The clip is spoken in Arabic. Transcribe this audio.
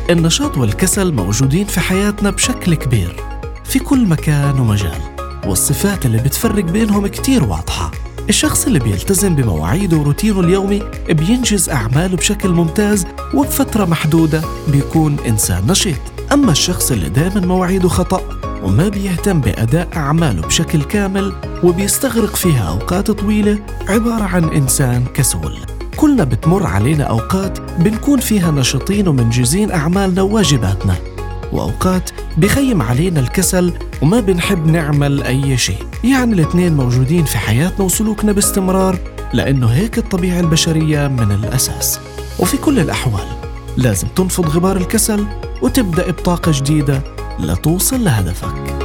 النشاط والكسل موجودين في حياتنا بشكل كبير في كل مكان ومجال، والصفات اللي بتفرق بينهم كتير واضحة. الشخص اللي بيلتزم بمواعيده وروتينه اليومي بينجز أعماله بشكل ممتاز وبفترة محدودة بيكون إنسان نشيط. أما الشخص اللي دائما مواعيده خطأ وما بيهتم بأداء أعماله بشكل كامل وبيستغرق فيها أوقات طويلة عبارة عن إنسان كسول. كلنا بتمر علينا أوقات بنكون فيها نشطين ومنجزين أعمالنا وواجباتنا، وأوقات بيخيم علينا الكسل وما بنحب نعمل أي شيء. يعني الاثنين موجودين في حياتنا وسلوكنا باستمرار، لأنه هيك الطبيعة البشرية من الأساس. وفي كل الأحوال لازم تنفض غبار الكسل وتبدأ بطاقة جديدة لتوصل لهدفك.